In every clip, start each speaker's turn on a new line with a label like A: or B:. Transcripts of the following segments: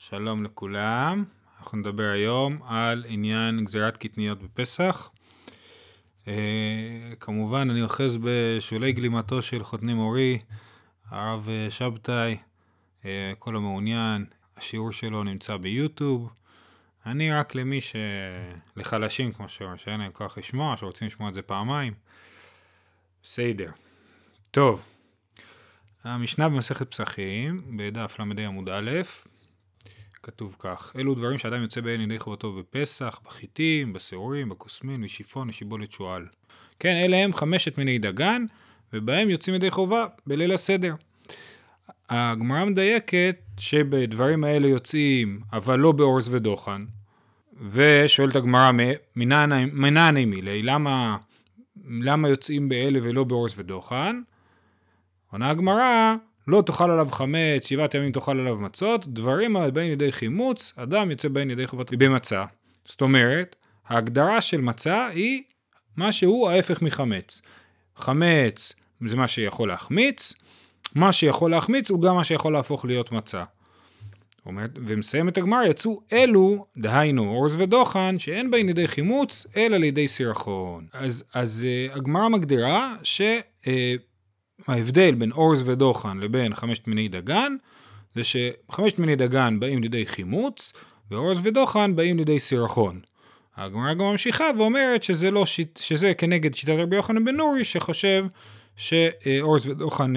A: שלום לכולם, אנחנו נדבר היום על עניין גזירת קטניות בפסח. כמובן אני אוחז בשולי גלימתו של חותני מורי, הרב שבתאי. כל המעוניין, השיעור שלו נמצא ביוטיוב. אני רק למי לחלשים, כמו שאין להם כוח לשמוע, שרוצים לשמוע את זה פעמיים. בסדר. טוב, המשנה במסכת פסחים, בדף למדי עמוד א', כתוב כך: אלו דברים שאדם יוצא בהן ידי חובתו בפסח, בחיטים, בשעורים, בכוסמין, בשיפון, בשיבולת שועל. כן, אלה הם 5 מיני דגן, ובהם יוצאים ידי חובה בליל הסדר. הגמרא מדייקת שבדברים האלה יוצאים, אבל לא באורז ודוחן. ושואלת הגמרא, מנעני מילי, למה יוצאים באלה ולא באורז ודוחן? עונה הגמרא, לא תאכל עליו חמץ, 7 ימים תאכל עליו מצות, דברים הבאים לידי חימוץ, אדם יוצא בהם ידי חובת במצה. זאת אומרת, ההגדרה של מצה היא מה שהוא ההפך מחמץ. חמץ זה מה שיכול להחמיץ, מה שיכול להחמיץ הוא גם מה שיכול להפוך להיות מצה. ומסיים את הגמרא, יצאו אלו, דהיינו אורז ודוחן, שאין בהם לידי חימוץ, אלא לידי סירחון. אז הגמרא מגדירה ההבדל בין אורז ודוחן לבין 5 מיני דגן, זה ש5 מיני דגן באים לידי חימוץ, ואורז ודוחן באים לידי סירחון. הגמרא גם ממשיכה ואומרת שזה כנגד שיטת רבי יוחנן בן נורי, שחושב שאורז ודוחן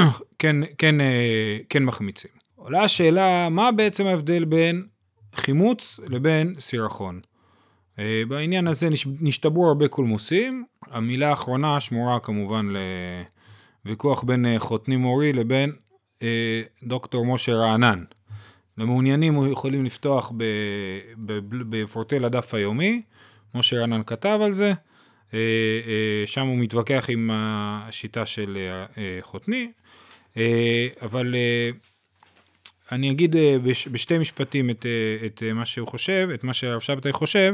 A: כן מחמיצים. עולה השאלה, מה בעצם ההבדל בין חימוץ לבין סירחון? בעניין הזה נשתברו הרבה קולמוסים, המילה האחרונה שמורה כמובן ויכוח בין חותני מורי לבין דוקטור משה רענן. למעוניינים יכולים לפתוח בפורטל הדף היומי, משה רענן כתב על זה, שם הוא מתווכח עם השיטה של חותני, אבל אני אגיד בשתי משפטים את מה שהוא חושב, את מה שהרב שבתאי חושב,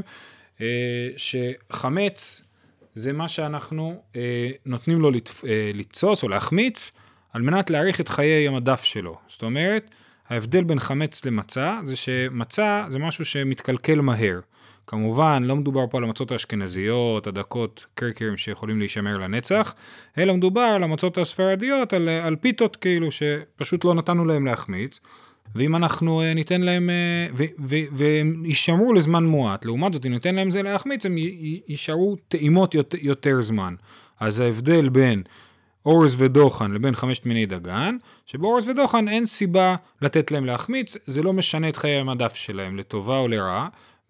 A: שחמץ זה מה שאנחנו נותנים לו לתסוס או להחמיץ, על מנת להאריך את חיי המדף שלו. זאת אומרת, ההבדל בין חמץ למצה, זה שמצה זה משהו שמתקלקל מהר. כמובן, לא מדובר פה על המצות האשכנזיות, הדקות, קרקרים שיכולים להישמר לנצח, אלא מדובר על המצות הספרדיות, על פיתות כאילו, שפשוט לא נתנו להם להחמיץ, ואם אנחנו ניתן להם, והם יישמרו לזמן מועט, לעומת זאת, אם ניתן להם זה להחמיץ, הם יישארו טעימות יותר זמן. אז ההבדל בין אורז ודוחן לבין 5 מיני דגן, שבאורז ודוחן אין סיבה לתת להם להחמיץ, זה לא משנה את חיי המדף שלהם, לטובה או לרעה,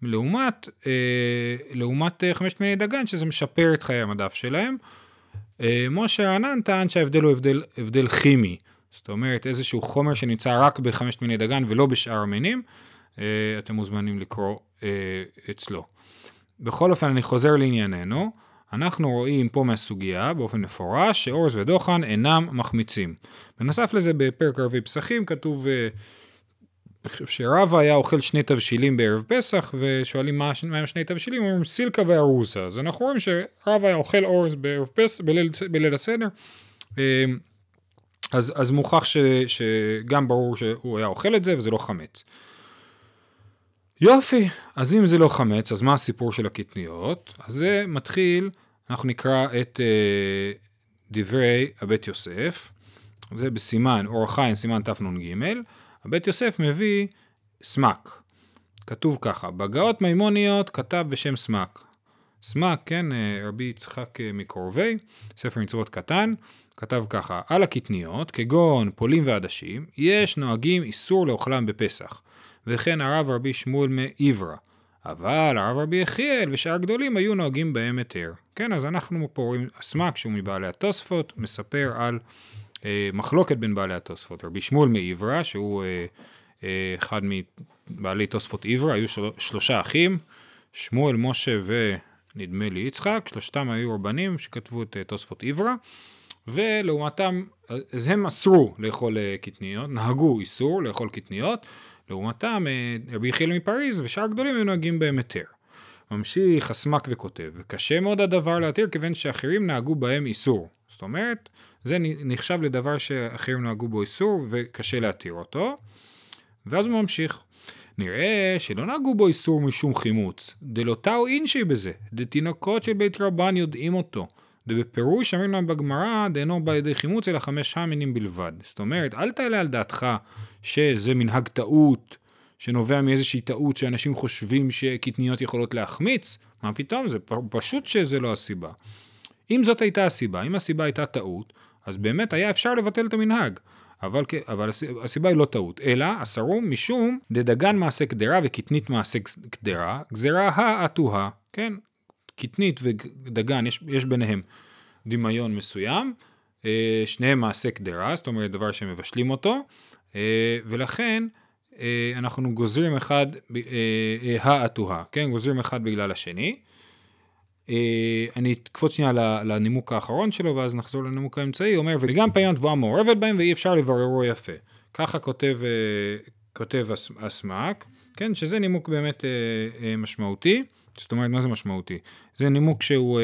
A: לעומת 5 מיני דגן, שזה משפר את חיי המדף שלהם. משה רענן טען שההבדל הוא הבדל כימי, זאת אומרת, איזשהו חומר שנמצא רק ב5 מיני דגן ולא בשאר המינים, אתם מוזמנים לקרוא אצלו. בכל אופן, אני חוזר לענייננו, אנחנו רואים פה מהסוגיה, באופן מפורש, שאורז ודוחן אינם מחמיצים. בנוסף לזה, בפרק ערבי פסחים, כתוב, אני חושב שרבא היה אוכל 2 תבשילים בערב פסח, ושואלים מה הם 2 תבשילים, אומרים סילקה וארוסה. אז אנחנו רואים שרבא היה אוכל אורז בערב פסח, בליל הסדר, אז מוכח שגם ברור שהוא היה אוכל את זה, וזה לא חמץ. יופי, אז אם זה לא חמץ, אז מה הסיפור של הקטניות? אז זה מתחיל, אנחנו נקרא את דברי הבית יוסף, זה בסימן אור החיים, סימן תנ"ג, הבית יוסף מביא סמק, כתוב ככה, בגאות מימוניות כתב בשם סמק, סמק, כן, רבי יצחק מקורבי, ספר מצוות קטן, כתב ככה, על הקטניות, כגון פולים ועדשים, יש נוהגים איסור לאוכלם בפסח, וכן הרב רבי שמואל מעברה, אבל הרב רבי יחיאל ושאר גדולים היו נוהגים בהם היתר. כן, אז אנחנו פה רואים הסמק שהוא מבעלי התוספות, מספר על מחלוקת בין בעלי התוספות. רבי שמואל מעברה, שהוא אחד מבעלי תוספות עברה, היו 3 אחים, שמואל, משה ונדמה לי יצחק, 3 היו רבנים שכתבו את תוספות עברה, ולעומתם, אז הם אסרו לאכול קטניות, נהגו איסור לאכול קטניות, לעומתם רבי יחיאל מפריז ושאר גדולים היו נוהגים בהם היתר. ממשיך הסמק וכותב, וקשה מאוד הדבר להתיר כיוון שאחרים נהגו בהם איסור. זאת אומרת, זה נחשב לדבר שאחרים נהגו בו איסור וקשה להתיר אותו. ואז הוא ממשיך. נראה שלא נהגו בו איסור משום חימוץ, דלא טעו אינשי בזה, דתינוקות של בית רבן יודעים אותו, ובפירוש אמרים להם בגמרא, דאינו בא לידי חימוץ אלא 5 מינים בלבד. זאת אומרת, אל תעלה על דעתך שזה מנהג טעות, שנובע מאיזושהי טעות שאנשים חושבים שקטניות יכולות להחמיץ, מה פתאום? זה פשוט שזה לא הסיבה. אם זאת הייתה הסיבה, אם הסיבה הייתה טעות, אז באמת היה אפשר לבטל את המנהג. אבל הסיבה היא לא טעות, אלא אסרו משום דדגן מעשה קדרה וקטנית מעשה קדרה, גזרה האטוה, כן? קטנית ודגן, יש ביניהם דמיון מסוים, שניהם מעשה קדרה, זאת אומרת דבר שמבשלים אותו, ולכן אנחנו גוזרים אחד האטוה, כן? גוזרים אחד בגלל השני. אני אקפוץ שנייה לנימוק האחרון שלו, ואז נחזור לנימוק האמצעי. הוא אומר, וגם פעמים התבואה מעורבת בהם, ואי אפשר לבררו יפה. ככה כותב הסמק, כן? שזה נימוק באמת משמעותי. זאת אומרת, מה זה משמעותי? זה נימוק שהוא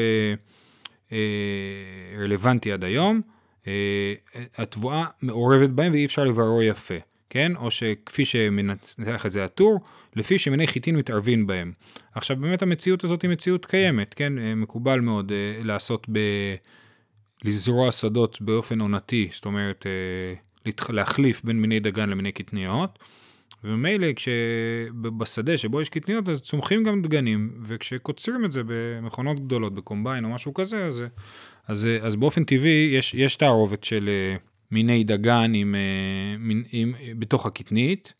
A: רלוונטי עד היום. התבואה מעורבת בהם, ואי אפשר לבררו יפה. כן? או שכפי שמנתח את זה הטור, לפי שמיני חיטין מתערבים בהם. עכשיו, באמת המציאות הזאת היא מציאות קיימת, כן? מקובל מאוד לעשות לזרוע שדות באופן עונתי, זאת אומרת, להחליף בין מיני דגן למיני קטניות, ומילא כשבשדה שבו יש קטניות, אז צומחים גם דגנים, וכשקוצרים את זה במכונות גדולות, בקומביין או משהו כזה, אז באופן טבעי יש תערובת של מיני דגן בתוך הקטנית,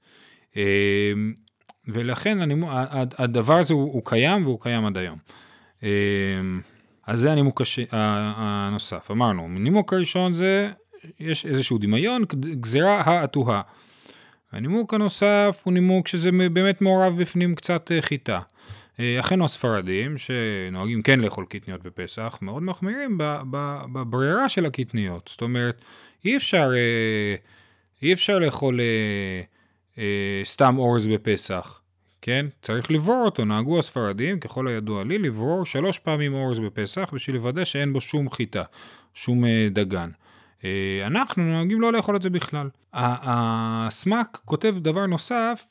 A: ולכן הדבר הזה הוא קיים, והוא קיים עד היום. אז זה הנימוק הנוסף. אמרנו, הנימוק הראשון זה, יש איזשהו דמיון, גזרה האטוה. הנימוק הנוסף הוא נימוק שזה באמת מעורב בפנים קצת חיטה. אחינו הספרדים, שנוהגים כן לאכול קטניות בפסח, מאוד מחמירים בברירה של הקטניות. זאת אומרת, אי אפשר לאכול סתם אורז בפסח, כן? צריך לברור אותו. נהגו הספרדים, ככל הידוע לי, לברור 3 פעמים אורז בפסח, בשביל לוודא שאין בו שום חיטה, שום דגן. אנחנו נוהגים לא לאכול את זה בכלל. הסמק כותב דבר נוסף,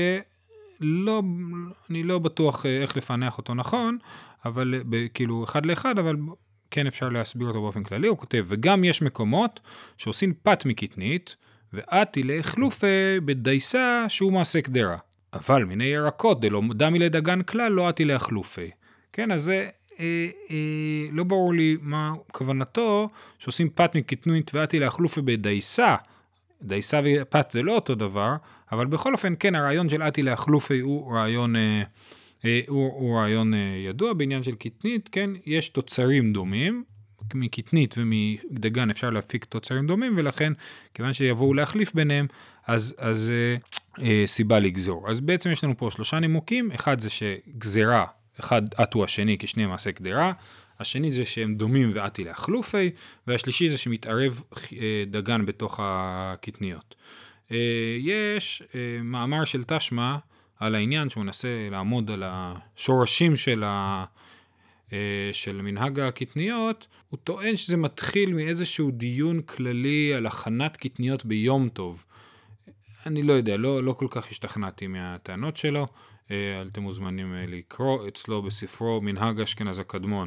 A: אני לא בטוח איך לפענח אותו נכון, אבל כאילו אחד לאחד, אבל כן אפשר להסביר אותו באופן כללי. הוא כותב, וגם יש מקומות שעושים פת מקטנית, ואתי לאכלופה בדייסה שהוא מעשה קדרה. אבל מיני ירקות, דלא דמי לדגן כלל, לא אתי לאכלופה. כן, אז זה לא ברור לי מה כוונתו, שעושים פת מקטנית ואתי לאכלופה בדייסה. דייסה ופת זה לא אותו דבר, אבל בכל אופן, כן, הרעיון של אתי לאכלופה הוא רעיון ידוע בעניין של קטנית, כן, יש תוצרים דומים, מקטנית ומדגן אפשר להפיק תוצרים דומים, ולכן, כיוון שיבואו להחליף ביניהם, אז סיבה לגזור. אז בעצם יש לנו פה 3 נימוקים, אחד זה שגזרה, אחד אטו השני כשני מעשה קדרה, השני זה שהם דומים ואתי להחלופי, והשלישי זה שמתערב דגן בתוך הקטניות. יש מאמר של תשמע על העניין שהוא מנסה לעמוד על השורשים של מנהג הקטניות, הוא טוען שזה מתחיל מאיזשהו דיון כללי על הכנת קטניות ביום טוב. אני לא יודע, לא כל כך השתכנעתי מהטענות שלו, אתם מוזמנים לקרוא אצלו בספרו מנהג אשכנז הקדמון.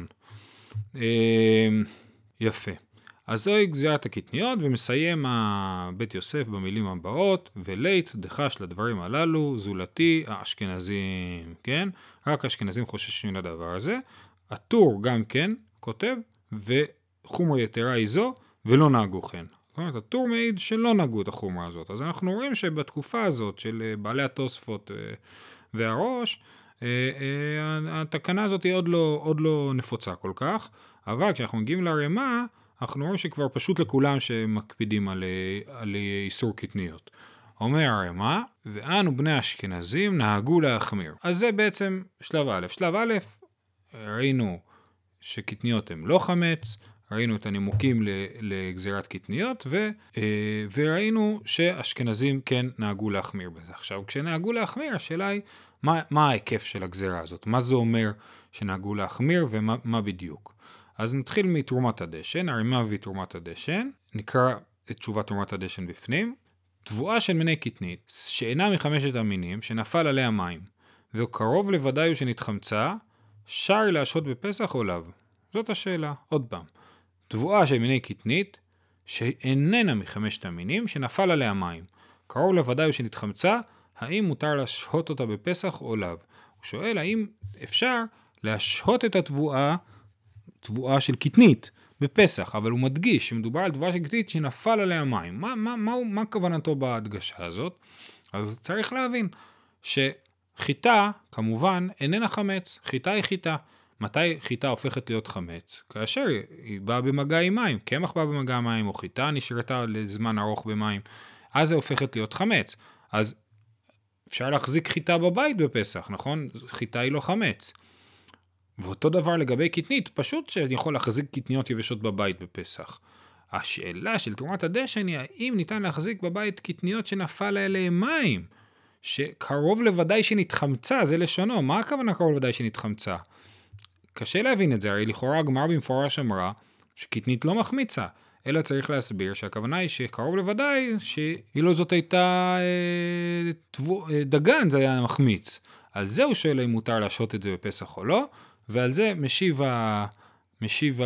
A: יפה. אז זוהי גזירת הקטניות, ומסיים בית יוסף במילים הבאות, ולית דחש לדברים הללו, זולתי האשכנזים, כן? רק האשכנזים חוששים לדבר הזה. הטור גם כן כותב, וחומר יתרה היא זו, ולא נהגו כן. זאת אומרת, הטור מעיד שלא נהגו את החומרה הזאת. אז אנחנו רואים שבתקופה הזאת של בעלי התוספות והראש, התקנה הזאת היא עוד לא נפוצה כל כך, אבל כשאנחנו מגיעים לרמה, אנחנו רואים שכבר פשוט לכולם שמקפידים על איסור קטניות. אומר הרמה, ואנו בני אשכנזים נהגו להחמיר. אז זה בעצם שלב א'. שלב א', ראינו שקטניות הם לא חמץ, ראינו את הנימוקים לגזירת קטניות, וראינו שאשכנזים כן נהגו להחמיר בזה. עכשיו, כשנהגו להחמיר, השאלה היא, מה ההיקף של הגזירה הזאת? מה זה אומר שנהגו להחמיר ומה בדיוק? אז נתחיל מתרומת הדשן, הרמה ותרומת הדשן, נקרא את תשובת תרומת הדשן בפנים. תבואה של מיני קטנית, שאינה מחמשת המינים, שנפל עליה מים, וקרוב לוודאי הוא שנתחמצה, שר להשהות בפסח או לאו? זאת השאלה. עוד פעם. תבואה של מיני קטנית, שאיננה מחמשת המינים, שנפל עליה מים. קרוב לוודאי הוא שנתחמצה, האם מותר להשהות אותה בפסח או לאו? הוא שואל האם אפשר להשהות את תבואה של קטנית בפסח, אבל הוא מדגיש שמדובר על תבואה של קטנית שנפל עליה מים. מה כוונתו בהדגשה הזאת? אז צריך להבין שחיטה, כמובן, איננה חמץ. חיטה היא חיטה. מתי חיטה הופכת להיות חמץ? כאשר היא באה במגע עם מים. קמח בא במגע עם מים, או חיטה נשרתה לזמן ארוך במים. אז זה הופכת להיות חמץ. אז אפשר להחזיק חיטה בבית בפסח, נכון? חיטה היא לא חמץ. ואותו דבר לגבי קטנית, פשוט שאני יכול להחזיק קטניות יבשות בבית בפסח. השאלה של תרומת הדשן היא, האם ניתן להחזיק בבית קטניות שנפל עליהם מים? שקרוב לוודאי שנתחמצה, זה לשונו. מה הכוונה קרוב לוודאי שנתחמצה? קשה להבין את זה, הרי לכאורה הגמרא במפורש אמרה שקטנית לא מחמיצה, אלא צריך להסביר שהכוונה היא שקרוב לוודאי שאילו זאת הייתה דגן, זה היה מחמיץ. על זה הוא שואל אם מותר להשהות את זה בפסח או לא, ועל זה משיב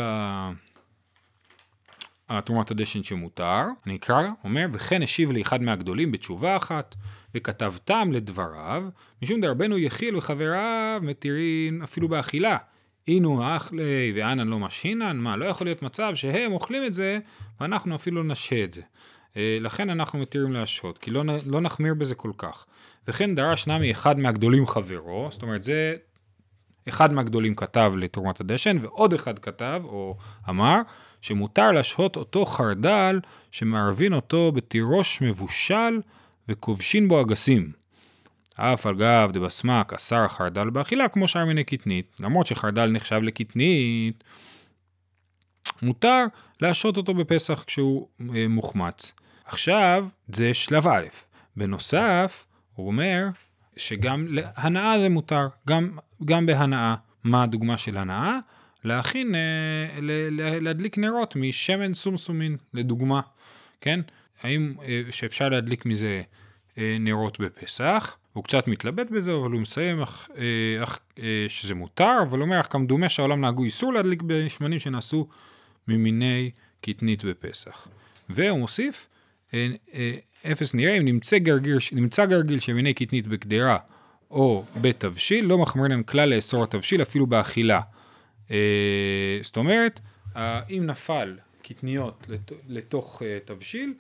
A: תרומת הדשן שמותר. אני אקרא, אומר, וכן השיב לי אחד מהגדולים בתשובה אחת, וכתבתם לדבריו, משום דרבנו יחיל וחבריו מתירים אפילו באכילה. אינו אכלי ואנן לא משינן, מה, לא יכול להיות מצב שהם אוכלים את זה, ואנחנו אפילו נשהה את זה. לכן אנחנו מתירים להשהות, כי לא נחמיר בזה כל כך. וכן דרש נמי אחד מהגדולים חברו, זאת אומרת זה אחד מהגדולים כתב לתרומת הדשן, ועוד אחד כתב או אמר שמותר להשהות אותו חרדל שמערבין אותו בתירוש מבושל וכובשין בו אגסים. אף על גב דבסמק אסר חרדל באכילה כמו שאר מיני קטנית, למרות שחרדל נחשב לקטנית, מותר להשהות אותו בפסח כשהוא מוחמץ. עכשיו זה שלב א'. בנוסף הוא אומר שגם להנאה זה מותר, גם בהנאה. מה הדוגמה של הנאה? להכין, להדליק נרות משמן סומסומין, לדוגמה, כן? האם שאפשר להדליק מזה נרות בפסח? הוא קצת מתלבט בזה, אבל הוא מסיים שזה מותר, אבל הוא אומר, אך כמדומה שהעולם נהגו איסור להדליק בשמנים שנעשו ממיני קטנית בפסח. והוא מוסיף, אפס נראה, אם נמצא גרגיל של מיני קטנית בקדרה או בתבשיל, לא מחמירן כלל לאסור התבשיל אפילו באכילה. זאת אומרת, אם נפל קטניות לתוך תבשיל,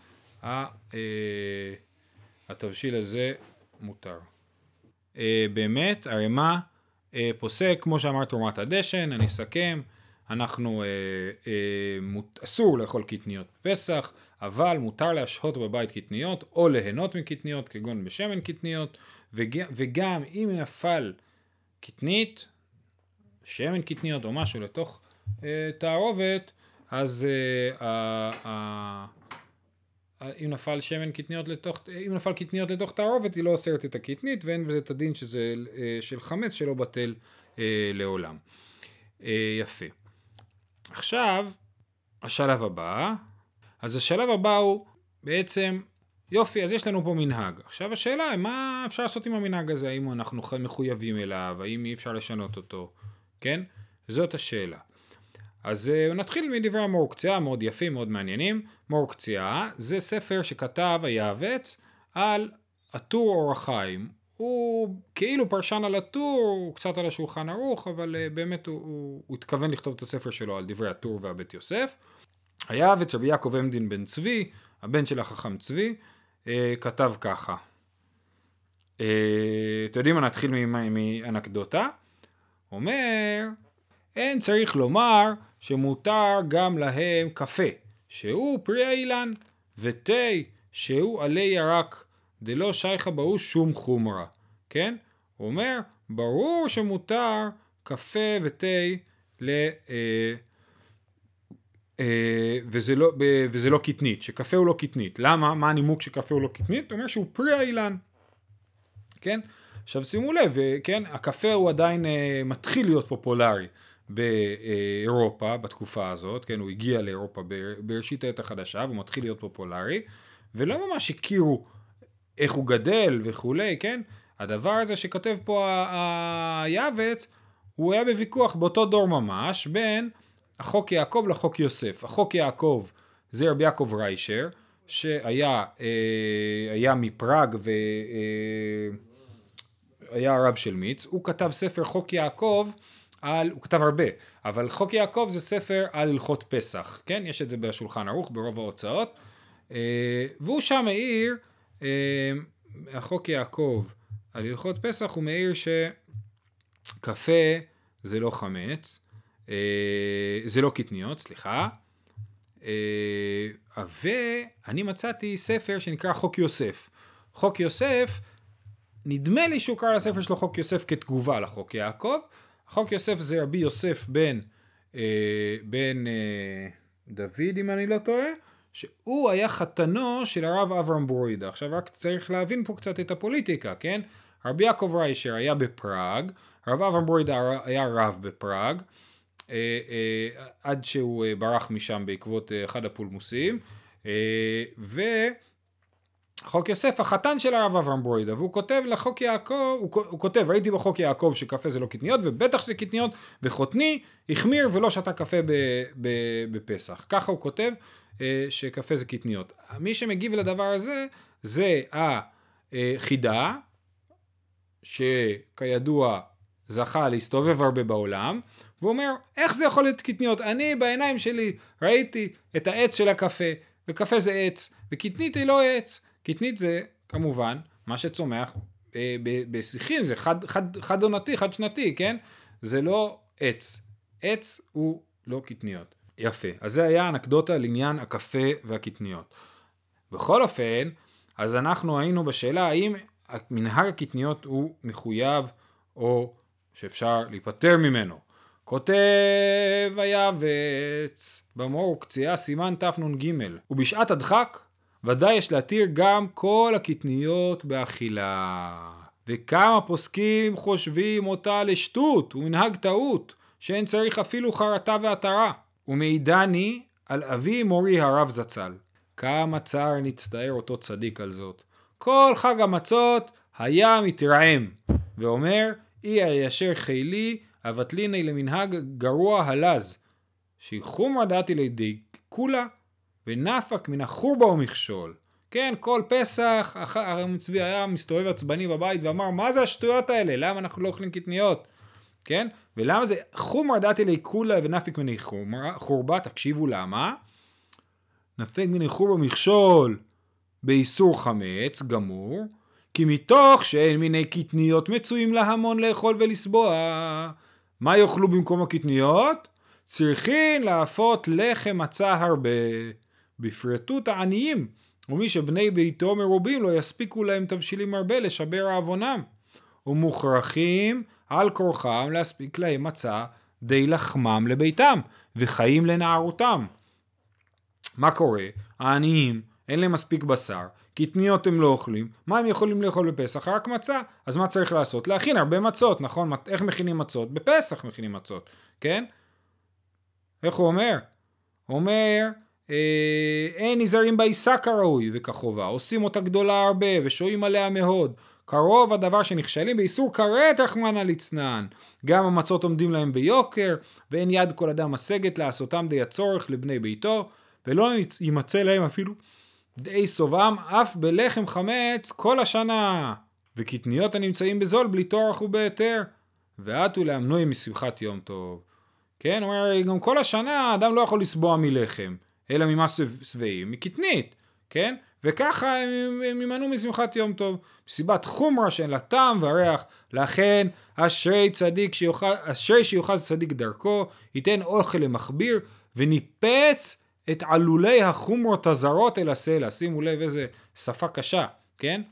A: התבשיל הזה מותר. באמת, הרמ"א פוסק, כמו שאמר תרומת הדשן, אני אסכם, אנחנו אסור לאכול קטניות בפסח, אבל מותר להשהות בבית קטניות, או ליהנות מקטניות, כגון בשמן קטניות, וגם אם נפל קטנית, שמן קטניות או משהו לתוך תערובת, אז אם נפל שמן קטניות אם נפל קטניות לתוך תערובת, היא לא אוסרת את הקטנית, ואין בזה את הדין שזה של חמץ שלא בטל לעולם. יפה. עכשיו, השלב הבא. אז השלב הבא הוא בעצם, יופי, אז יש לנו פה מנהג. עכשיו השאלה, מה אפשר לעשות עם המנהג הזה? האם אנחנו מחויבים אליו? האם אי אפשר לשנות אותו? כן? זאת השאלה. אז נתחיל מדברי המורקציה, מאוד יפים, מאוד מעניינים. מורקציה זה ספר שכתב היעבץ על הטור אור החיים. הוא כאילו פרשן על הטור, הוא קצת על השולחן ערוך, אבל באמת הוא התכוון לכתוב את הספר שלו על דברי הטור והבית יוסף. היעבץ רבי יעקב עמדין בן צבי, הבן של החכם צבי, כתב ככה. אתם יודעים מה, נתחיל מאנקדוטה. אומר, אין צריך לומר שמותר גם להם קפה, שהוא פרי האילן, ותה, שהוא עלי ירק, דלא שייכה בהו שום חומרה. כן? הוא אומר, ברור שמותר קפה ותה וזה לא קטנית, שקפה הוא לא קטנית. למה? מה הנימוק שקפה הוא לא קטנית? הוא אומר שהוא פרי האילן. כן? עכשיו שימו לב, כן? הקפה הוא עדיין מתחיל להיות פופולרי באירופה בתקופה הזאת, כן? הוא הגיע לאירופה בראשית העת החדשה, והוא מתחיל להיות פופולרי, ולא ממש הכירו איך הוא גדל וכולי, כן? הדבר הזה שכותב פה היעבץ, הוא היה בוויכוח באותו דור ממש, בין החוק יעקב לחוק יוסף. החוק יעקב זה רבי יעקב ריישר, שהיה מפראג והיה הרב של מיץ. הוא כתב ספר חוק יעקב, הוא כתב הרבה, אבל חוק יעקב זה ספר על הלכות פסח, כן? יש את זה בשולחן ערוך ברוב ההוצאות, והוא שם העיר, החוק יעקב על הלכות פסח, הוא מעיר שקפה זה לא חמץ, זה לא קטניות, סליחה, ואני מצאתי ספר שנקרא חוק יוסף. חוק יוסף, נדמה לי שהוא קרא לספר שלו חוק יוסף כתגובה לחוק יעקב. חוק יוסף זה רבי יוסף בן דוד, אם אני לא טועה, שהוא היה חתנו של הרב אברהם ברוידה. עכשיו רק צריך להבין פה קצת את הפוליטיקה, כן? רבי יעקב ריישר היה בפראג, הרב אברהם ברוידה היה רב בפראג, עד שהוא ברח משם בעקבות אחד הפולמוסים, וחוק יוסף החתן של הרב אברהם ברוידה, והוא כותב לחוק יעקב, הוא כותב, ראיתי בחוק יעקב שקפה זה לא קטניות, ובטח שזה קטניות, וחותני החמיר ולא שתה קפה בפסח. ככה הוא כותב שקפה זה קטניות. מי שמגיב לדבר הזה, זה החידה, שכידוע זכה להסתובב הרבה בעולם, והוא אומר, איך זה יכול להיות קטניות? אני בעיניים שלי ראיתי את העץ של הקפה, וקפה זה עץ, וקטנית היא לא עץ. קטנית זה כמובן מה שצומח בשיחים, זה חד עונתי, חד שנתי, כן? זה לא עץ. עץ הוא לא קטניות. יפה. אז זה היה אנקדוטה לעניין הקפה והקטניות. בכל אופן, אז אנחנו היינו בשאלה האם מנהג הקטניות הוא מחויב או שאפשר להיפטר ממנו. כותב היעבץ במור קציעה סימן תנ"ג, ובשעת הדחק ודאי יש להתיר גם כל הקטניות באכילה. וכמה פוסקים חושבים אותה לשטות ומנהג טעות, שאין צריך אפילו חרטה והתרה. ומעידני על אבי מורי הרב זצ"ל. כמה צער נצטער אותו צדיק על זאת. כל חג המצות היה מתרעם, ואומר, אי הישר חילי, אבטליני למנהג גרוע הלז, שיחום דעתי לידי כולה, ונפק מן החורבה ומכשול. כן, כל פסח, המצבי היה מסתובב עצבני בבית, ואמר, מה זה השטויות האלה? למה אנחנו לא אוכלים קטניות? כן? ולמה זה? חומר דעתי לי כולה ונפק מן חורבה, תקשיבו למה? נפק מן חורבה ומכשול, באיסור חמץ, גמור, כי מתוך שאין מיני קטניות מצויים להמון לאכול ולסבוע. מה יאכלו במקום הקטניות? צריכים להפות לחם מצה הרבה. בפרטות העניים, ומי שבני ביתו מרובים לא יספיקו להם תבשילים הרבה לשבר העוונם. ומוכרחים על כורחם להספיק להם מצה די לחמם לביתם, וחיים לנערותם. מה קורה? העניים אין להם מספיק בשר, קטניות הם לא אוכלים, מה הם יכולים לאכול בפסח? רק מצה. אז מה צריך לעשות? להכין הרבה מצות, נכון? איך מכינים מצות? בפסח מכינים מצות, כן? איך הוא אומר? הוא אומר, אין נזהרים בעיסה כראוי וכחובה, עושים אותה גדולה הרבה ושועים עליה מאוד, קרוב הדבר שנכשלים באיסור כרת רחמנא ליצלן. גם המצות עומדים להם ביוקר, ואין יד כל אדם משגת לעשותם די הצורך לבני ביתו, ולא יימצא להם אפילו די סובם אף בלחם חמץ כל השנה, וקטניות הנמצאים בזול בלי טורח ובהיתר, ועטו להמנוי משמחת יום טוב. כן, הוא אומר, גם כל השנה האדם לא יכול לסבוע מלחם, אלא ממה שבעים, מקטנית, כן? וככה הם ימנעו משמחת יום טוב, מסיבת חומרה שאין לה טעם וריח, לכן אשרי שיוחז צדיק דרכו, ייתן אוכל למחביר, וניפץ את עלולי החומרות הזרות אל הסלע. שימו לב איזה שפה קשה, כן?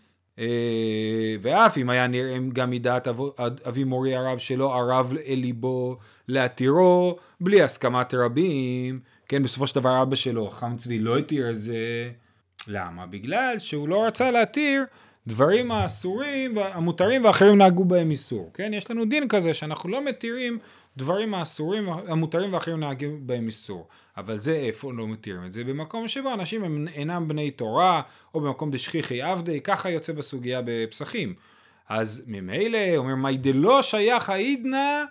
A: ואף אם היה נראים גם מדעת אבי מורי הרב שלא ערב אל ליבו להתירו בלי הסכמת רבים, כן? בסופו של דבר אבא שלו חם צבי לא התיר את זה. למה? בגלל שהוא לא רצה להתיר דברים האסורים והמותרים ואחרים נהגו בהם איסור, כן? יש לנו דין כזה שאנחנו לא מתירים דברים האסורים המותרים ואחרים נהגו בהם איסור, אבל זה איפה לא מתירים את זה? במקום שבו אנשים הם אינם בני תורה, או במקום דשכיחי עבדי, ככה יוצא בסוגיה בפסחים. אז ממילא אומר מי דלא שייך העידנא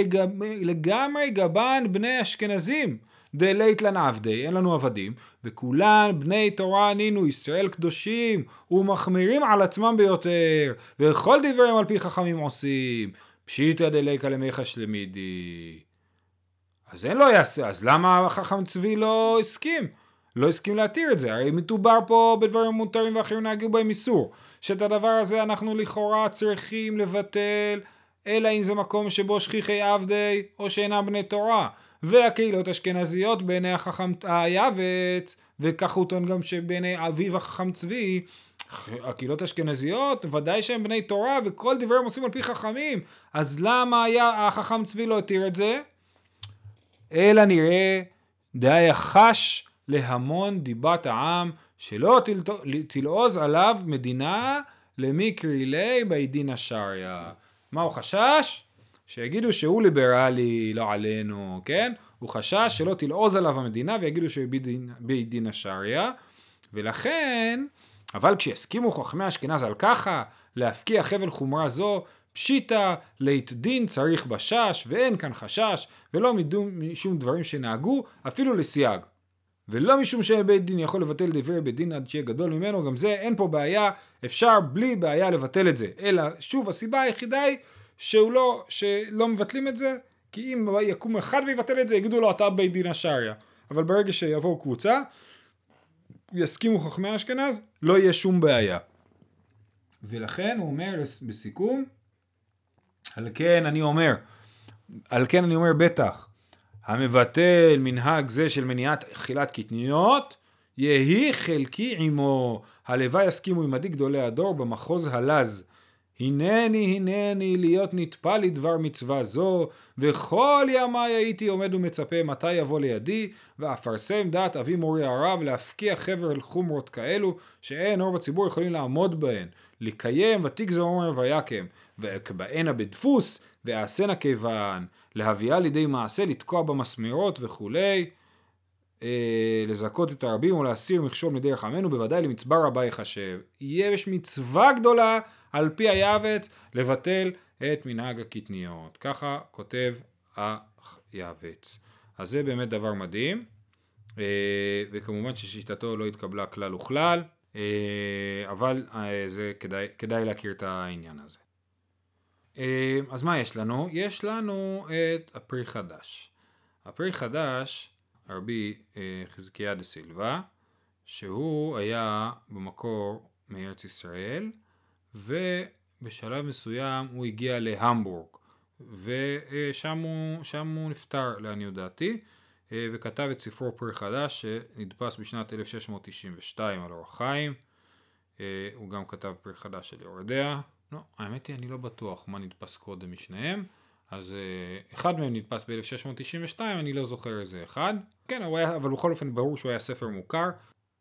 A: לגמרי גבן בני אשכנזים דלית לן עבדי, אין לנו עבדים, וכולן בני תורה ענינו, ישראל קדושים ומחמירים על עצמם ביותר, וכל דבריהם על פי חכמים עושים, פשיטא דליקא למיכא שלמידי. אז אין לו יעשה, אז למה חכם צבי לא הסכים להתיר את זה? הרי מדובר פה בדברים מותרים ואחרים נהגו בהם איסור, שאת הדבר הזה אנחנו לכאורה צריכים לבטל, אלא אם זה מקום שבו שכיחי עבדי או שאינם בני תורה, והקהילות אשכנזיות בעיני החכם היעבץ, וכך הוא טוען גם שבעיני אביו החכם צבי, הקהילות אשכנזיות ודאי שהם בני תורה וכל דבריהם עושים על פי חכמים, אז למה היה החכם צבי לא התיר את זה? אלא נראה די חש להמון דיבת העם, שלא תלעוז עליו מדינה למקרי לי בית דין השריה. מה הוא חשש? שיגידו שהוא ליברלי, לא עלינו, כן? הוא חשש שלא תלעוז עליו המדינה ויגידו שהוא בית דין השריה, ולכן, אבל כשיסכימו חכמי אשכנז על ככה, להפקיע חבל חומרה זו, פשיטא לית דין צריך בשש, ואין כאן חשש, ולא משום דברים שנהגו, אפילו לסייג. ולא משום שבית דין יכול לבטל דברי בית דין עד שיהיה גדול ממנו, גם זה אין פה בעיה, אפשר בלי בעיה לבטל את זה. אלא שוב, הסיבה היחידה היא שלא מבטלים את זה, כי אם יקום אחד ויבטל את זה, יגידו לו אתה בית דין השריה. אבל ברגע שיבואו קבוצה, יסכימו חכמי אשכנז, לא יהיה שום בעיה. ולכן הוא אומר בסיכום, על כן אני אומר בטח, המבטל מנהג זה של מניעת אכילת קטניות, יהי חלקי עמו, הלוואי יסכימו עמדי גדולי הדור במחוז הלז. הנני להיות נטפל לדבר מצווה זו, וכל ימי הייתי עומד ומצפה מתי יבוא לידי, ואפרסם דעת אבי מורי הרב להפקיע חבר חומרות כאלו, שאין אור בציבור יכולים לעמוד בהן, לקיים ותגזר אומר ויקם, וכבאנה בדפוס, ועשנה כיוון, להביאה לידי מעשה, לתקוע במסמרות וכולי, לזכות את הרבים ולהסיר מכשול מדרך עמנו, בוודאי למצווה רבה יחשב. יש מצווה גדולה על פי היעבץ לבטל את מנהג הקטניות. ככה כותב היעבץ. אז זה באמת דבר מדהים, וכמובן ששיטתו לא התקבלה כלל וכלל, אבל זה כדאי להכיר את העניין הזה. אז מה יש לנו? יש לנו את הפרי חדש. הפרי חדש, רבי חזקיה דה סילבה, שהוא היה במקור מארץ ישראל, ובשלב מסוים הוא הגיע להמבורג, ושם הוא נפטר לעניות דעתי, וכתב את ספרו פרי חדש שנדפס בשנת 1692 על אור החיים. הוא גם כתב פרי חדש של יורדיה. לא, האמת היא אני לא בטוח מה נדפס קודם משניהם, אז אחד מהם נדפס ב-1692, אני לא זוכר איזה אחד. כן, אבל בכל אופן ברור שהוא היה ספר מוכר.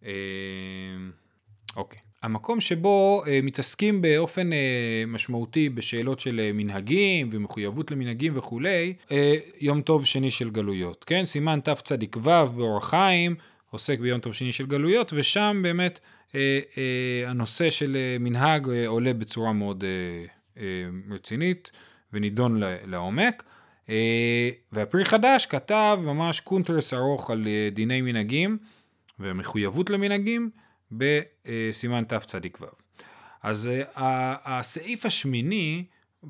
A: אוקיי. המקום שבו מתעסקים באופן משמעותי בשאלות של מנהגים ומחויבות למנהגים וכולי, יום טוב שני של גלויות, כן? סימן תצ"ו באור החיים עוסק ביום טוב שני של גלויות, ושם באמת הנושא של מנהג עולה בצורה מאוד רצינית ונידון לעומק. והפרי חדש כתב ממש קונטרס ארוך על דיני מנהגים ומחויבות למנהגים בסימן תצ"ו. אז הסעיף השמיני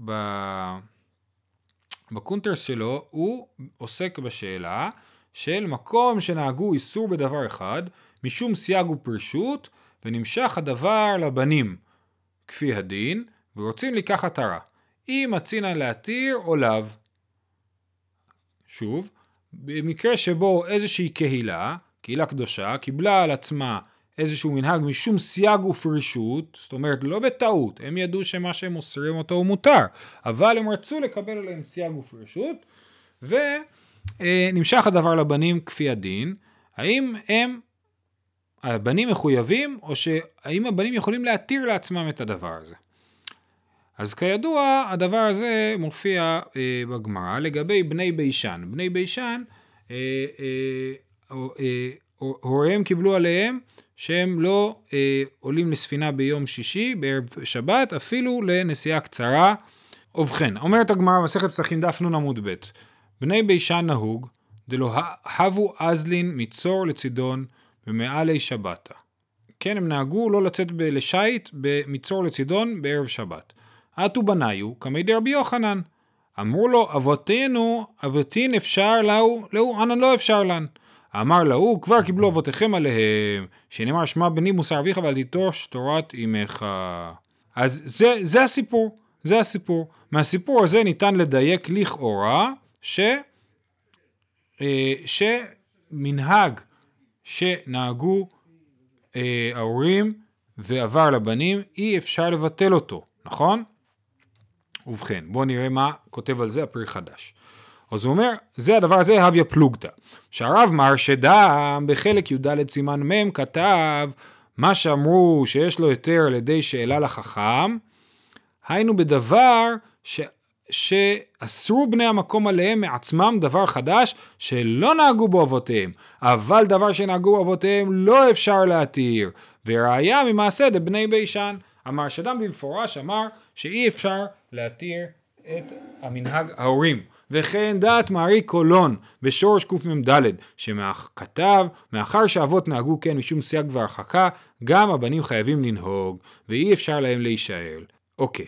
A: בקונטרס שלו הוא עוסק בשאלה של מקום שנהגו איסור בדבר אחד משום סייג ופרשות, ונמשך הדבר לבנים כפי הדין, ורוצים לקחת הרע, אם מצינן להתיר או לאו. שוב, במקרה שבו איזושהי קהילה קדושה, קיבלה על עצמה איזשהו מנהג משום סייג ופרשות, זאת אומרת לא בטעות, הם ידעו שמה שהם אוסרים אותו הוא מותר, אבל הם רצו לקבל עליהם סייג ופרשות, ונמשך הדבר לבנים כפי הדין, האם הם הבנים מחויבים, או שהאם הבנים יכולים להתיר לעצמם את הדבר הזה. אז כידוע, הדבר הזה מופיע בגמרא לגבי בני בישן. בני בישן, הוריהם קיבלו עליהם שהם לא עולים לספינה ביום שישי, בערב שבת, אפילו לנסיעה קצרה. ובכן, אומרת הגמרא מסכת פסחים דף נ עמוד ב', בני בישן נהוג, דלא הבו אזלין מצור לצידון במעלי שבתה. כן, הם נהגו לא לצאת לשייט במצור לצידון בערב שבת. עטו בניו, כמי דרבי יוחנן. אמרו לו, אבותין אפשר לאו אנן לא אפשר לן. אמר לאו, כבר קיבלו אבותיכם עליהם, שנאמר שמע בני מוסר אביך ואל תיטוש תורת אמך. אז זה הסיפור, זה הסיפור. מהסיפור הזה ניתן לדייק לכאורה, שמנהג שנהגו ההורים ועבר לבנים, אי אפשר לבטל אותו, נכון? ובכן, בואו נראה מה כותב על זה הפרי חדש. אז הוא אומר, זה הדבר הזה, הביה פלוגתא. שהרב מרשדם בחלק י"ד סימן מ' כתב, מה שאמרו שיש לו יותר על ידי שאלה לחכם, היינו בדבר שאסרו בני המקום עליהם מעצמם דבר חדש שלא נהגו בו אבותיהם, אבל דבר שנהגו בו אבותיהם לא אפשר להתיר, וראיה ממעשה דבני בישן. המרשדם במפורש אמר שאי אפשר להתיר את המנהג ההורים. וכן דעת מערי קולון בשורש קמ"ד שכתב, מאחר שאבות נהגו כן משום סייג והרחקה, גם הבנים חייבים לנהוג ואי אפשר להם להישאל. אוקיי.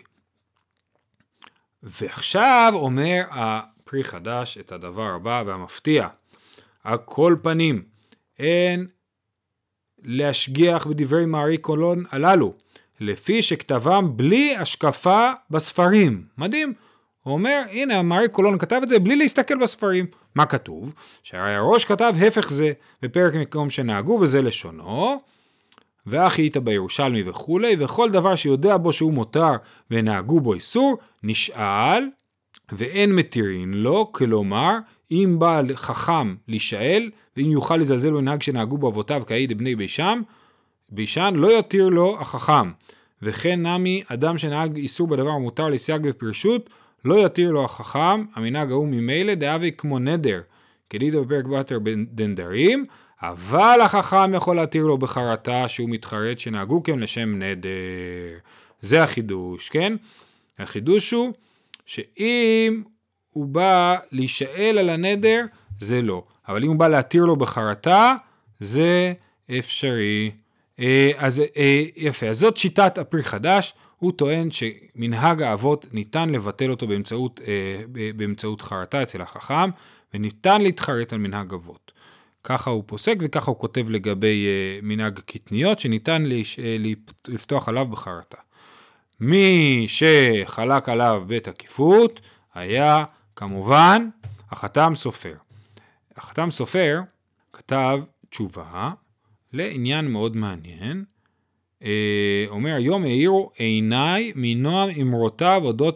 A: ועכשיו אומר הפרי חדש את הדבר הבא והמפתיע. על כל פנים אין להשגיח בדברי מערי קולון הללו, לפי שכתבם בלי השקפה בספרים. מדהים. הוא אומר, הנה, מערי קולון כתב את זה בלי להסתכל בספרים. מה כתוב? שהרי הראש כתב הפך זה בפרק מקום שנהגו, וזה לשונו, ואחי איתה בירושלמי וכו', וכל דבר שיודע בו שהוא מותר ונהגו בו איסור, נשאל ואין מתירין לו, כלומר, אם בא חכם להישאל, ואם יוכל לזלזל בנהג שנהגו בו אבותיו כעיד בני בישן, לא יתיר לו החכם. וכן נמי, אדם שנהג איסור בדבר המותר לסייג ופרשות, לא יתיר לו החכם, המנהג ההוא ממילא דהווה כמו נדר, כדאיתו בפרק בתר דנדרים, אבל החכם יכול להתיר לו בחרטה שהוא מתחרט שנהגו כן לשם נדר. זה החידוש, כן? החידוש הוא שאם הוא בא להישאל על הנדר, זה לא. אבל אם הוא בא להתיר לו בחרטה, זה אפשרי. אז יפה, אז זאת שיטת הפרי חדש. הוא טוען שמנהג האבות ניתן לבטל אותו באמצעות חרטה אצל החכם, וניתן להתחרט על מנהג אבות. ככה הוא פוסק וככה הוא כותב לגבי מנהג קטניות, שניתן לפתוח עליו בחרטה. מי שחלק עליו בתקיפות היה כמובן החתם סופר. החתם סופר כתב תשובה לעניין מאוד מעניין, אומר, היום העירו עיניי מנועם אמרותיו אודות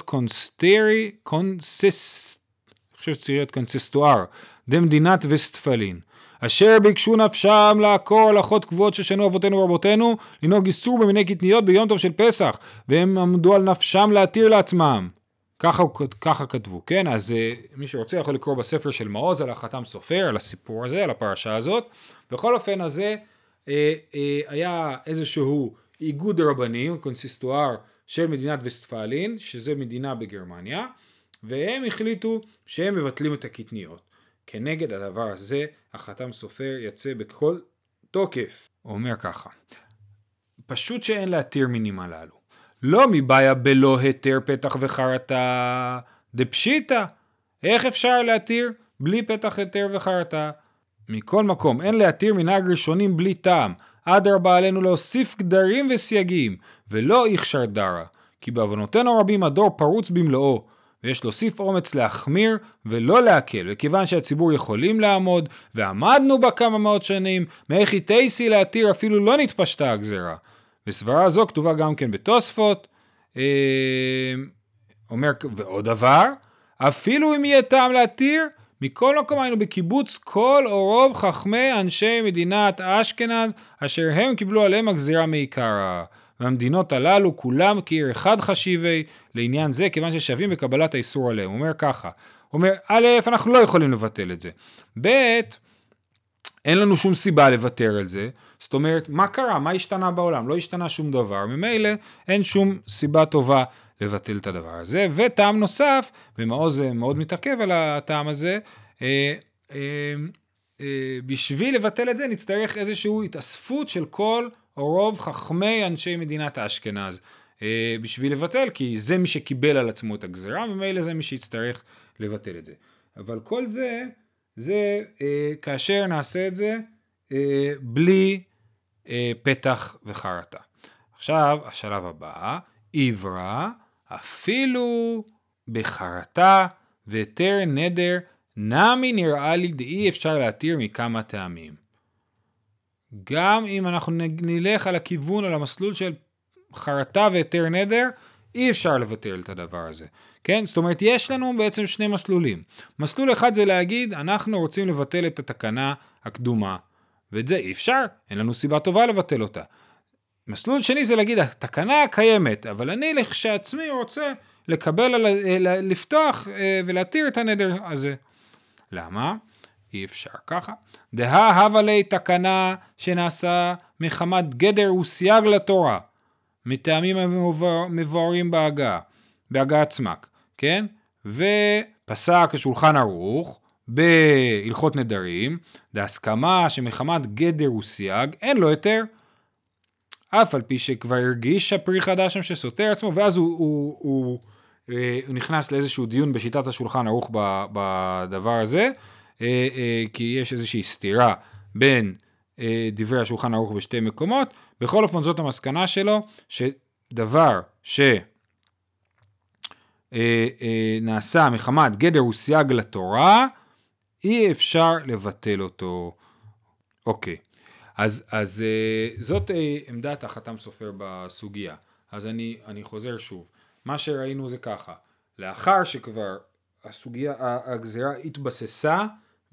A: קונסיסטואר דמדינת וסטפלין, אשר ביקשו נפשם לעקור הלכות קבועות ששנו אבותינו ורבותינו, לנהוג איסור במיני קטניות ביום טוב של פסח, והם עמדו על נפשם להתיר לעצמם. ככה כתבו, כן? אז מי שרוצה יכול לקרוא בספר של מעוז על החתם סופר, על הסיפור הזה, על הפרשה הזאת. בכל אופן הזה, היה איזשהו איגוד רבנים, קונסיסטואר של מדינת וסטפלין, שזה מדינה בגרמניה, והם החליטו שהם מבטלים את הקטניות. כנגד הדבר הזה, החתם סופר יצא בכל תוקף. הוא אומר ככה, פשוט שאין להתיר מינים הללו. לא מבעיה בלא היתר פתח וחרטה דפשיטה. איך אפשר להתיר בלי פתח היתר וחרטה? מכל מקום, אין להתיר מנהג ראשונים בלי טעם, אדרבה עלינו להוסיף גדרים וסייגים, ולא איכשר דרה, כי בעוונותינו רבים הדור פרוץ במלואו, ויש להוסיף אומץ להחמיר ולא להקל, וכיוון שהציבור יכולים לעמוד, ועמדנו בה כמה מאות שנים, מאיכי תייסי להתיר אפילו לא נתפשטה הגזרה. וסברה זו כתובה גם כן בתוספות, אומר, ועוד דבר, אפילו אם יהיה טעם להתיר, מכל מקום היינו בקיבוץ כל או רוב חכמי אנשי מדינת אשכנז, אשר הם קיבלו עליהם הגזירה מעיקרה. והמדינות הללו כולם כעיר אחד חשיבי לעניין זה, כיוון ששווים בקבלת האיסור עליהם. הוא אומר ככה, הוא אומר, א', אנחנו לא יכולים לבטל את זה. ב', אין לנו שום סיבה לוותר על זה. זאת אומרת, מה קרה? מה השתנה בעולם? לא השתנה שום דבר. ממילא אין שום סיבה טובה לבטל את הדבר הזה. וטעם נוסף, ומעוז מאוד מתעכב על הטעם הזה, בשביל לבטל את זה נצטרך איזושהי התאספות של כל או רוב חכמי אנשי מדינת אשכנז. בשביל לבטל, כי זה מי שקיבל על עצמו את הגזירה, ממילא זה מי שיצטרך לבטל את זה. אבל כל זה כאשר נעשה את זה בלי פתח וחרטה. עכשיו, השלב הבא, עברה אפילו בחרטה ויתר נדר, נמי נראה לי דאי אפשר להתיר מכמה טעמים. גם אם אנחנו נלך על הכיוון, על המסלול של חרטה ויתר נדר, אי אפשר לבטל את הדבר הזה. כן? זאת אומרת, יש לנו בעצם שני מסלולים. מסלול אחד זה להגיד, אנחנו רוצים לבטל את התקנה הקדומה, ואת זה אי אפשר, אין לנו סיבה טובה לבטל אותה. מסלול שני זה להגיד, התקנה קיימת, אבל אני לכשעצמי רוצה לפתוח ולהתיר את הנדר הזה. למה? אי אפשר ככה. דהה הווה לי תקנה שנעשה מחמת גדר וסייג לתורה, מטעמים המבוארים בהגה עצמק, כן? ופסק השולחן ערוך בהלכות נדרים, בהסכמה שמחמת גדר וסייג, אין לו יותר, אף על פי שכבר הרגיש הפרי חדש שם שסותר עצמו, ואז הוא נכנס לאיזשהו דיון בשיטת השולחן ערוך בדבר הזה, כי יש איזושהי סתירה בין דברי השולחן ערוך בשתי מקומות. בכל אופן זאת המסקנה שלו, שדבר שנעשה מחמת גדר וסייג לתורה, אי אפשר לבטל אותו. אוקיי, אז זאת עמדת החתם סופר בסוגיה. אז אני חוזר שוב. מה שראינו זה ככה, לאחר שכבר הגזירה התבססה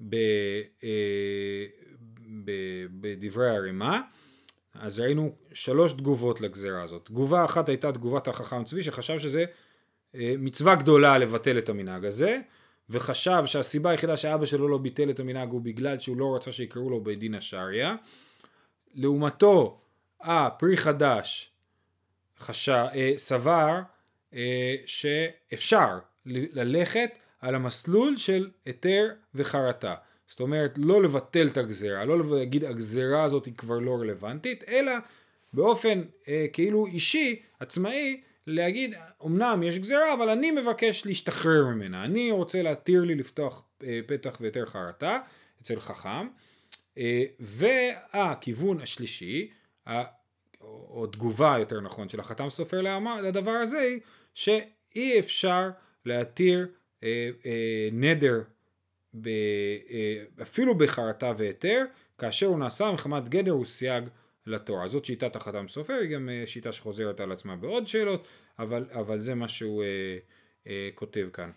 A: בדברי הרימה, אז ראינו 3 תגובות לגזירה הזאת. תגובה אחת הייתה תגובת החכם צבי, שחשב שזה מצווה גדולה לבטל את המנהג הזה, וחשב שהסיבה היחידה שאבא שלו לא ביטל את המנהג הוא בגלל שהוא לא רצה שיקראו לו בדין השריה. לעומתו, פרי חדש סבר שאפשר ללכת על המסלול של היתר וחרטה. זאת אומרת, לא לבטל את הגזירה, לא להגיד הגזירה הזאת היא כבר לא רלוונטית, אלא באופן כאילו אישי, עצמאי, להגיד, אמנם יש גזירה, אבל אני מבקש להשתחרר ממנה. אני רוצה להתיר לי לפתוח פתח ויתר חרטה אצל חכם. והכיוון השלישי, או תגובה יותר נכון של החתם סופר לדבר הזה, היא שאי אפשר להתיר נדר אפילו בחרטה ויתר, כאשר הוא נעשה מחמת גדר וסייג לתורה. זאת שיטת החתם סופר, היא גם שיטה שחוזרת על עצמה בעוד שאלות, אבל זה מה שהוא כותב כאן.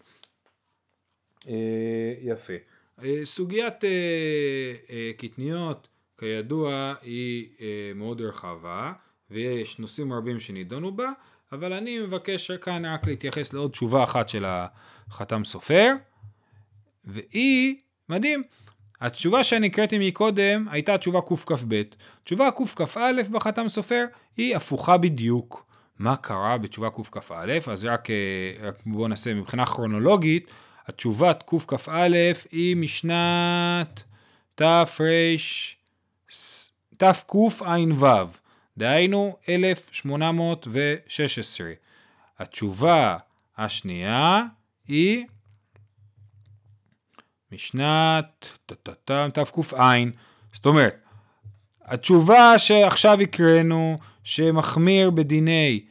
A: יפה. סוגיית קטניות, כידוע, היא מאוד רחבה, ויש נושאים רבים שנידונו בה, אבל אני מבקש כאן רק להתייחס לעוד תשובה אחת של החתם סופר, והיא, מדהים, התשובה שאני הקראתי מקודם הייתה תשובה קכ"ב. תשובה קכ"א בחתם סופר היא הפוכה בדיוק. מה קרה בתשובה קכ"א? אז רק בואו נעשה מבחינה כרונולוגית, התשובת קכ"א היא משנת תקע"ו, דהיינו 1816. התשובה השנייה היא משנת תק"ע. זאת אומרת, התשובה שעכשיו הקראנו, שמחמיר בדיני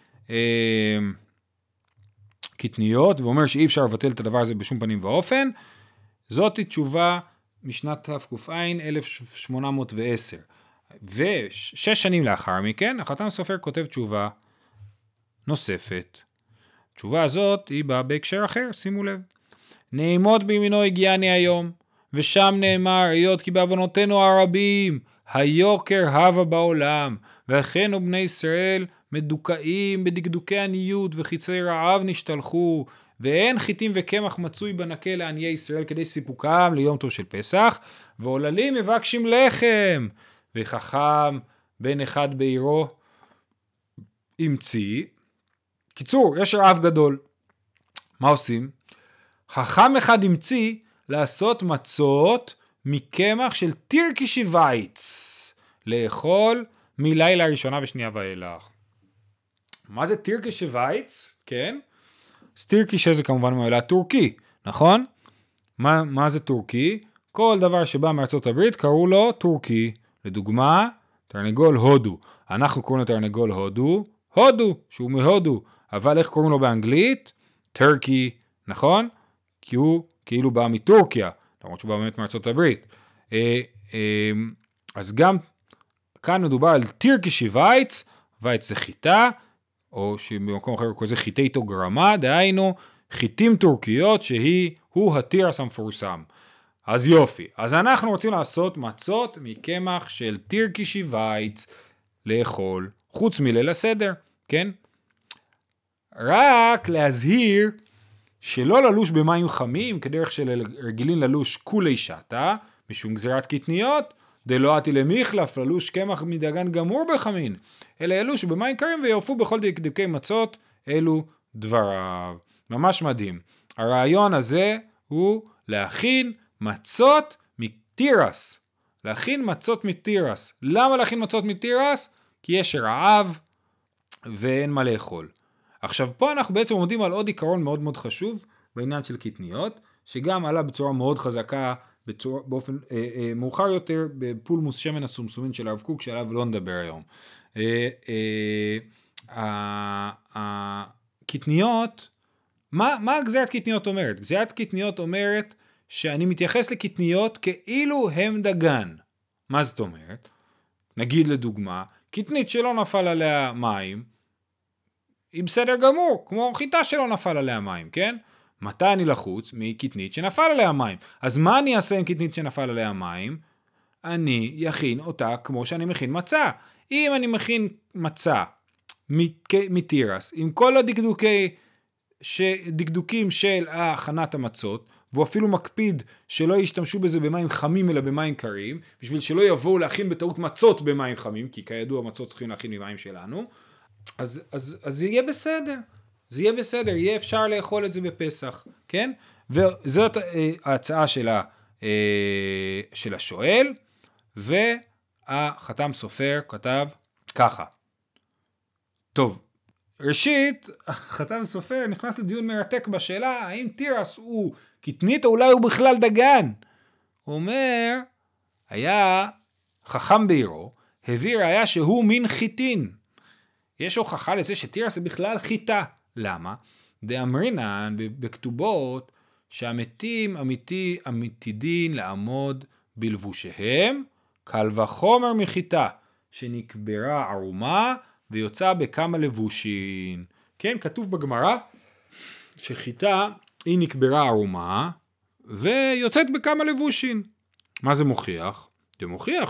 A: קטניות, ואומר שאי אפשר לבטל את הדבר הזה בשום פנים ואופן, זאת תשובה משנת תק"ע 1810. ו6 שנים לאחר מכן, החתם סופר כותב תשובה נוספת. התשובה הזאת היא באה בהקשר אחר, שימו לב. נעימות בימינו הגיעני היום, ושם נאמר, היות כי בעוונותינו הרבים, היוקר הווה בעולם, ואחינו בני ישראל מדוכאים בדקדוקי עניות, וחיצי רעב נשתלחו, ואין חיטים וקמח מצוי בנקה לעניי ישראל כדי סיפוקם ליום טוב של פסח, ועוללים מבקשים לחם, וחכם בן אחד בעירו המציא. קיצור, יש רעב גדול. מה עושים? חכם אחד המציא לעשות מצות מקמח של טירקישי וייץ, לאכול מלילה ראשונה ושנייה ואילך. מה זה טירקישי וייץ? כן? אז טירקישי זה כמובן מהמילה טורקי, נכון? מה זה טורקי? כל דבר שבא מארצות הברית קראו לו טורקי. לדוגמה, תרנגול הודו. אנחנו קוראים לו תרנגול הודו, שהוא מהודו. אבל איך קוראים לו באנגלית? טורקי, נכון? כי הוא כאילו בא מטורקיה, למרות שהוא בא באמת מארצות הברית. אז גם כאן מדובר על טירקישי וייץ, וייץ זה חיטה, או שבמקום אחר קוראים לזה חיטי תוגרמה, דהיינו חיטים טורקיות שהוא התירס המפורסם. אז יופי, אז אנחנו רוצים לעשות מצות מקמח של טירקישי וייץ לאכול, חוץ מליל הסדר, כן? רק להזהיר שלא ללוש במים חמים, כדרך של רגילים ללוש כולי שטה, משום גזירת קטניות, דלא עתי למחלף ללוש קמח מדגן גמור בחמין, אלא ילוש במים קרים ויערפו בכל דקדוקי מצות אלו דבריו. ממש מדהים. הרעיון הזה הוא להכין מצות מתירס. להכין מצות מתירס. למה להכין מצות מתירס? כי יש רעב ואין מה לאכול. עכשיו פה אנחנו בעצם עומדים על עוד עיקרון מאוד מאוד חשוב בעניין של קטניות, שגם עלה בצורה מאוד חזקה באופן מאוחר יותר בפולמוס שמן הסומסומין של הרב קוק, שעליו לא נדבר היום. הקטניות, מה גזירת קטניות אומרת? גזירת קטניות אומרת שאני מתייחס לקטניות כאילו הם דגן. מה זאת אומרת? נגיד לדוגמה, קטנית שלא נפל עליה מים, היא בסדר גמור, כמו חיטה שלא נפל עליה מים, כן? מתי אני לחוץ? מקטנית שנפל עליה מים. אז מה אני אעשה עם קטנית שנפל עליה מים? אני יכין אותה כמו שאני מכין מצה. אם אני מכין מצה מתירס, עם כל הדקדוקים של הכנת המצות, והוא אפילו מקפיד שלא ישתמשו בזה במים חמים אלא במים קרים, בשביל שלא יבואו להכין בטעות מצות במים חמים, כי כידוע מצות צריכים להכין במים שלנו, אז זה יהיה בסדר. זה יהיה בסדר, יהיה אפשר לאכול את זה בפסח, כן? וזאת ההצעה של השואל, והחתם סופר כתב ככה. טוב, ראשית, החתם סופר נכנס לדיון מרתק בשאלה, האם תירס הוא קטנית או אולי הוא בכלל דגן? הוא אומר, היה חכם בעירו, הביא ראיה שהוא מין חיטין. יש הוכחה לזה שתירס זה בכלל חיטה. למה? דאמרינן בכתובות שהמתים עתידין לעמוד בלבושיהם, קל וחומר מחיטה שנקברה ערומה ויוצא בכמה לבושין. כן, כתוב בגמרא שחיטה היא נקברה ערומה ויוצאת בכמה לבושין. מה זה מוכיח? זה מוכיח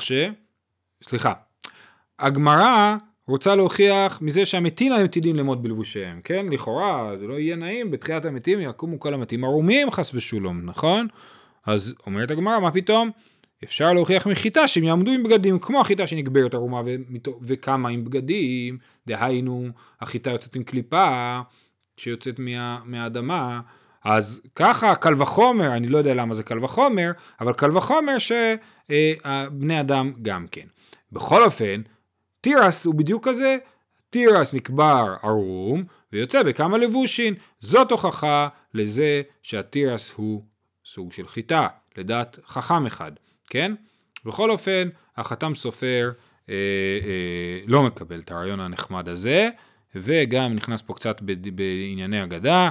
A: הגמרא רוצה להוכיח מזה שהמתים עתידין לעמוד בלבושיהם, כן? לכאורה זה לא יהיה נעים, בתחיית המתים יקומו כל המתים ערומים חס ושלום, נכון? אז אומרת הגמרא, מה פתאום? אפשר להוכיח מחיטה שהם יעמדו עם בגדים, כמו החיטה שנקברת ערומה וכמה עם בגדים, דהיינו החיטה יוצאת עם קליפה שיוצאת מהאדמה, אז ככה קל וחומר, אני לא יודע למה זה קל וחומר, אבל קל וחומר שבני אדם גם כן. בכל אופן, תירס הוא בדיוק כזה, תירס נקבר ערום ויוצא בכמה לבושין. זאת הוכחה לזה שהתירס הוא סוג של חיטה, לדעת חכם אחד, כן? בכל אופן, החתם סופר לא מקבל את הרעיון הנחמד הזה, וגם נכנס פה קצת בענייני אגדה.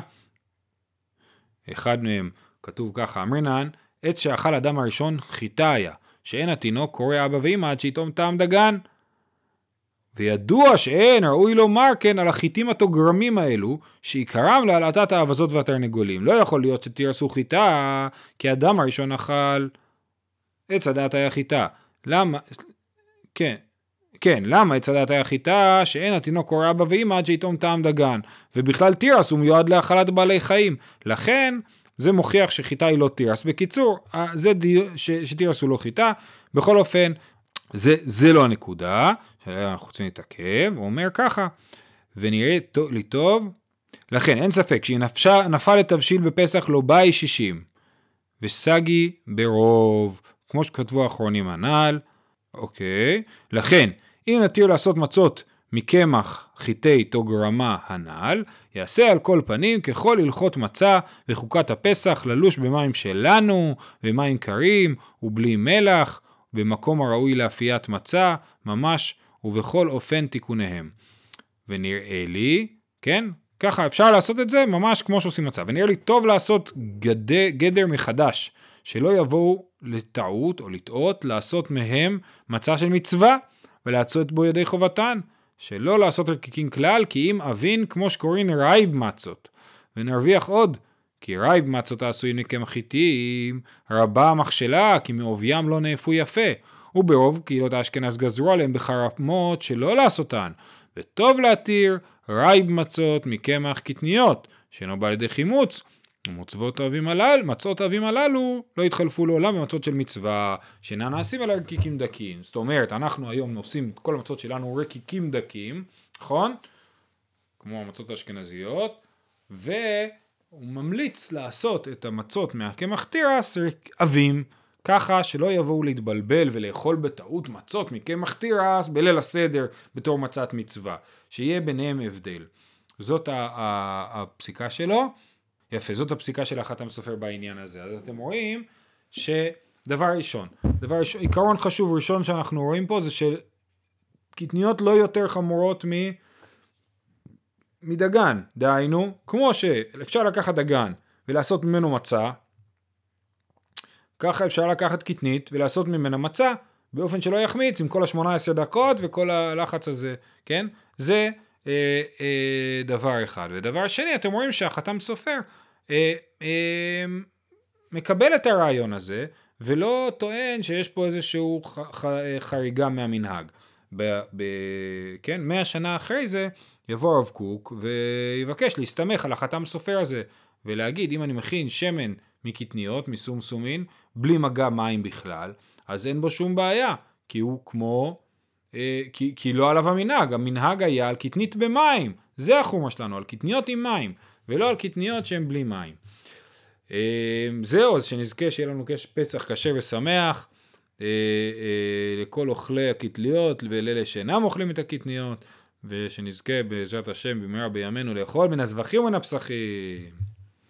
A: אחד מהם כתוב ככה, אמרינן, עת שאכל אדם הראשון חיטה היה, שאין התינוק קורא אבא ואמא עד שיתום טעם דגן. וידוע שאין ראוי לומר כן על החיטים התוגרמים האלו, שעיקרם להעלתת האבזות והתרנגולים. לא יכול להיות שתירסו חיטה, כי האדם הראשון אכל עץ הדעת היה חיטה. למה? כן, למה עץ הדעת היה חיטה? שאין התינוק קורא בה ואמא עד שיתום טעם דגן. ובכלל תירס הוא מיועד להאכלת בעלי חיים. לכן זה מוכיח שחיטה היא לא תירס. בקיצור, זה שתירס הוא לא חיטה. בכל אופן, זה לא הנקודה. אנחנו רוצים להתעכב. הוא אומר ככה, ונראה לי טוב. לכן אין ספק שהיא נפל לתבשיל בפסח לא באי 60. וסגי ברוב. כמו שכתבו האחרונים הנ"ל. אוקיי. לכן, אם נתיר לעשות מצות מקמח חיטי תוגרמה הנ"ל, יעשה על כל פנים ככל הלכות מצה וחוקת הפסח ללוש במים שלנו, במים קרים ובלי מלח, במקום הראוי לאפיית מצה, ממש, ובכל אופן תיקוניהם. ונראה לי, כן? ככה אפשר לעשות את זה ממש כמו שעושים מצה. ונראה לי טוב לעשות גדר מחדש, שלא יבואו לטעות או לטעות, לעשות מהם מצה של מצווה, ולעשות בו ידי חובתן, שלא לעשות רקיקים כלל, כי אם אבין כמו שקוראים רייב מצות, ונרוויח עוד, כי רייב מצות העשויים מקמח חיטים, רבה המכשלה, כי מעוביים לא נאפו יפה, וברוב קהילות האשכנז גזרו עליהם בחרמות שלא לעשותן, וטוב להתיר רייב מצות מקמח קטניות, שאינו בא לידי חימוץ, ומצות האבים הללו לא יתחלפו לעולם במצות של מצווה, שאינן נעשים על רקיקים דקים. זאת אומרת, אנחנו היום עושים את כל המצות שלנו רקיקים דקים, נכון? כמו המצות האשכנזיות, והוא ממליץ לעשות את המצות מהקמח תירס עבים, ככה שלא יבואו להתבלבל ולאכול בטעות מצות מקמח תירס בליל הסדר בתור מצת מצווה, שיהיה ביניהם הבדל. זאת הפסיקה שלו. יפה, זאת הפסיקה של החתם סופר בעניין הזה. אז אתם רואים שדבר ראשון, עיקרון חשוב ראשון שאנחנו רואים פה זה שקטניות לא יותר חמורות מדגן. דהיינו, כמו שאפשר לקחת דגן ולעשות ממנו מצה, ככה אפשר לקחת קטנית ולעשות ממנה מצה באופן שלא יחמיץ עם כל ה-18 דקות וכל הלחץ הזה, כן? זה דבר אחד. ודבר שני, אתם רואים שהחתם סופר מקבל את הרעיון הזה, ולא טוען שיש פה איזשהו חריגה מהמנהג. כן, 100 שנה אחרי זה יבוא הרב קוק ויבקש להסתמך על החתם סופר הזה, ולהגיד אם אני מכין שמן מקטניות, מסומסומין, בלי מגע מים בכלל, אז אין בו שום בעיה, כי הוא כמו, כי לא עליו המנהג היה על קטנית במים, זה החומר שלנו, על קטניות עם מים, ולא על קטניות שהן בלי מים. זהו, אז שנזכה שיהיה לנו פסח כשר ושמח, לכל אוכלי הקטניות ולאלה שאינם אוכלים את הקטניות, ושנזכה בעזרת השם במהרה בימינו לאכול מן הזבחים ומן הפסחים.